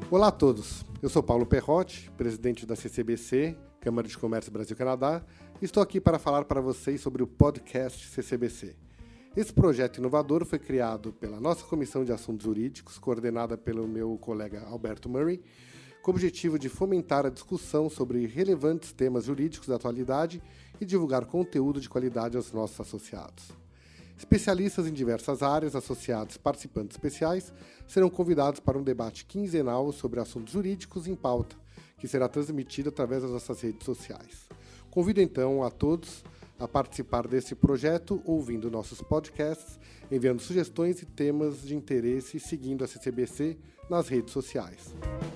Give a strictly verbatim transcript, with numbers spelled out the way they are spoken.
Olá a todos, eu sou Paulo Perrotti, presidente da C C B C, Câmara de Comércio Brasil-Canadá, e estou aqui para falar para vocês sobre o podcast C C B C. Esse projeto inovador foi criado pela nossa Comissão de Assuntos Jurídicos, coordenada pelo meu colega Alberto Murray, com o objetivo de fomentar a discussão sobre relevantes temas jurídicos da atualidade e divulgar conteúdo de qualidade aos nossos associados. Especialistas em diversas áreas, associados e participantes especiais serão convidados para um debate quinzenal sobre assuntos jurídicos em pauta, que será transmitido através das nossas redes sociais. Convido então a todos a participar desse projeto, ouvindo nossos podcasts, enviando sugestões e temas de interesse e seguindo a C C B C nas redes sociais.